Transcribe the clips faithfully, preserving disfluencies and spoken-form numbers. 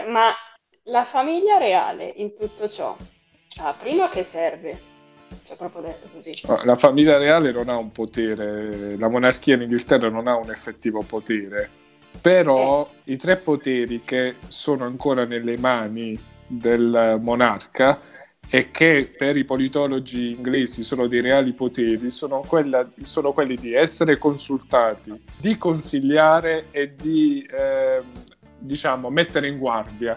Ma la famiglia reale in tutto ciò, ah, prima che serve? Cioè, proprio detto così. La famiglia reale non ha un potere, la monarchia in Inghilterra non ha un effettivo potere, Eh, però i tre poteri che sono ancora nelle mani del monarca e che per i politologi inglesi sono dei reali poteri, sono, quella, sono quelli di essere consultati, di consigliare e di eh, diciamo mettere in guardia.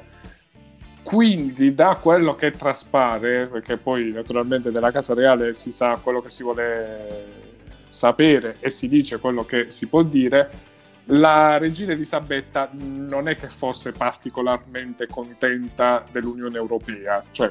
Quindi da quello che traspare, perché poi naturalmente della Casa Reale si sa quello che si vuole sapere e si dice quello che si può dire, la regina Elisabetta non è che fosse particolarmente contenta dell'Unione Europea, cioè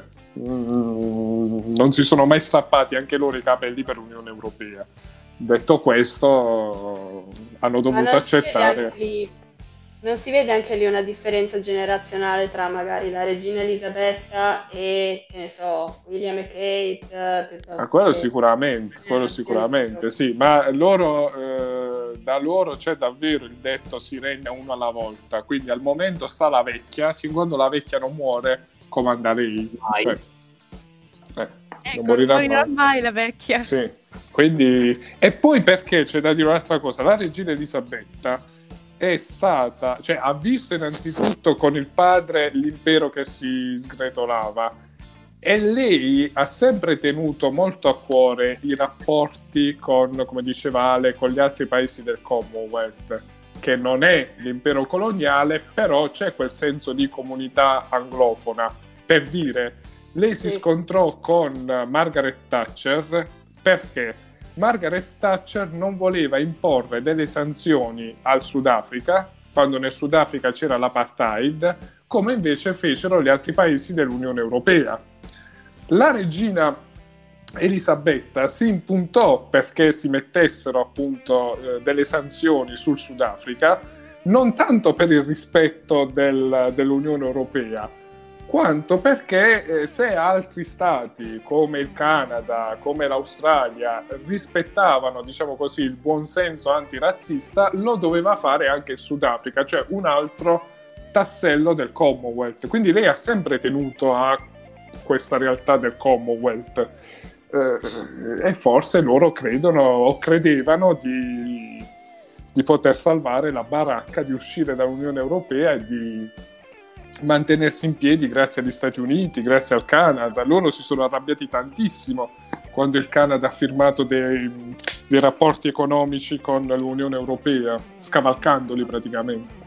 mm, non si sono mai strappati anche loro i capelli per l'Unione Europea. Detto questo, hanno ma dovuto non si vede anche accettare. lì, non si vede anche lì una differenza generazionale tra magari la regina Elisabetta e, che ne so, William e Kate, eh, Ah, piuttosto quello che sicuramente, quello generazioni più sicuramente, giovani. sì, ma loro, eh, da loro c'è davvero il detto si regna uno alla volta, quindi al momento sta la vecchia, fin quando la vecchia non muore, comanda lei, cioè, Mai. eh, non Ecco, non morirà morirà mai. mai la vecchia. Sì, quindi, e poi perché c'è da dire un'altra cosa, la regina Elisabetta è stata, cioè ha visto innanzitutto con il padre l'impero che si sgretolava e lei ha sempre tenuto molto a cuore i rapporti con, come diceva Ale, con gli altri paesi del Commonwealth, che non è l'impero coloniale, però c'è quel senso di comunità anglofona. Per dire, lei si Sì, scontrò con Margaret Thatcher perché Margaret Thatcher non voleva imporre delle sanzioni al Sudafrica, quando nel Sudafrica c'era l'apartheid, come invece fecero gli altri paesi dell'Unione Europea. La regina Elisabetta si impuntò perché si mettessero appunto eh, delle sanzioni sul Sudafrica, non tanto per il rispetto del, dell'Unione Europea, quanto perché eh, se altri stati come il Canada, come l'Australia rispettavano, diciamo così, il buonsenso antirazzista, lo doveva fare anche il Sudafrica, cioè un altro tassello del Commonwealth. Quindi lei ha sempre tenuto a questa realtà del Commonwealth eh, e forse loro credono o credevano di, di poter salvare la baracca, di uscire dall'Unione Europea e di mantenersi in piedi grazie agli Stati Uniti, grazie al Canada. Loro si sono arrabbiati tantissimo quando il Canada ha firmato dei, dei rapporti economici con l'Unione Europea, scavalcandoli praticamente.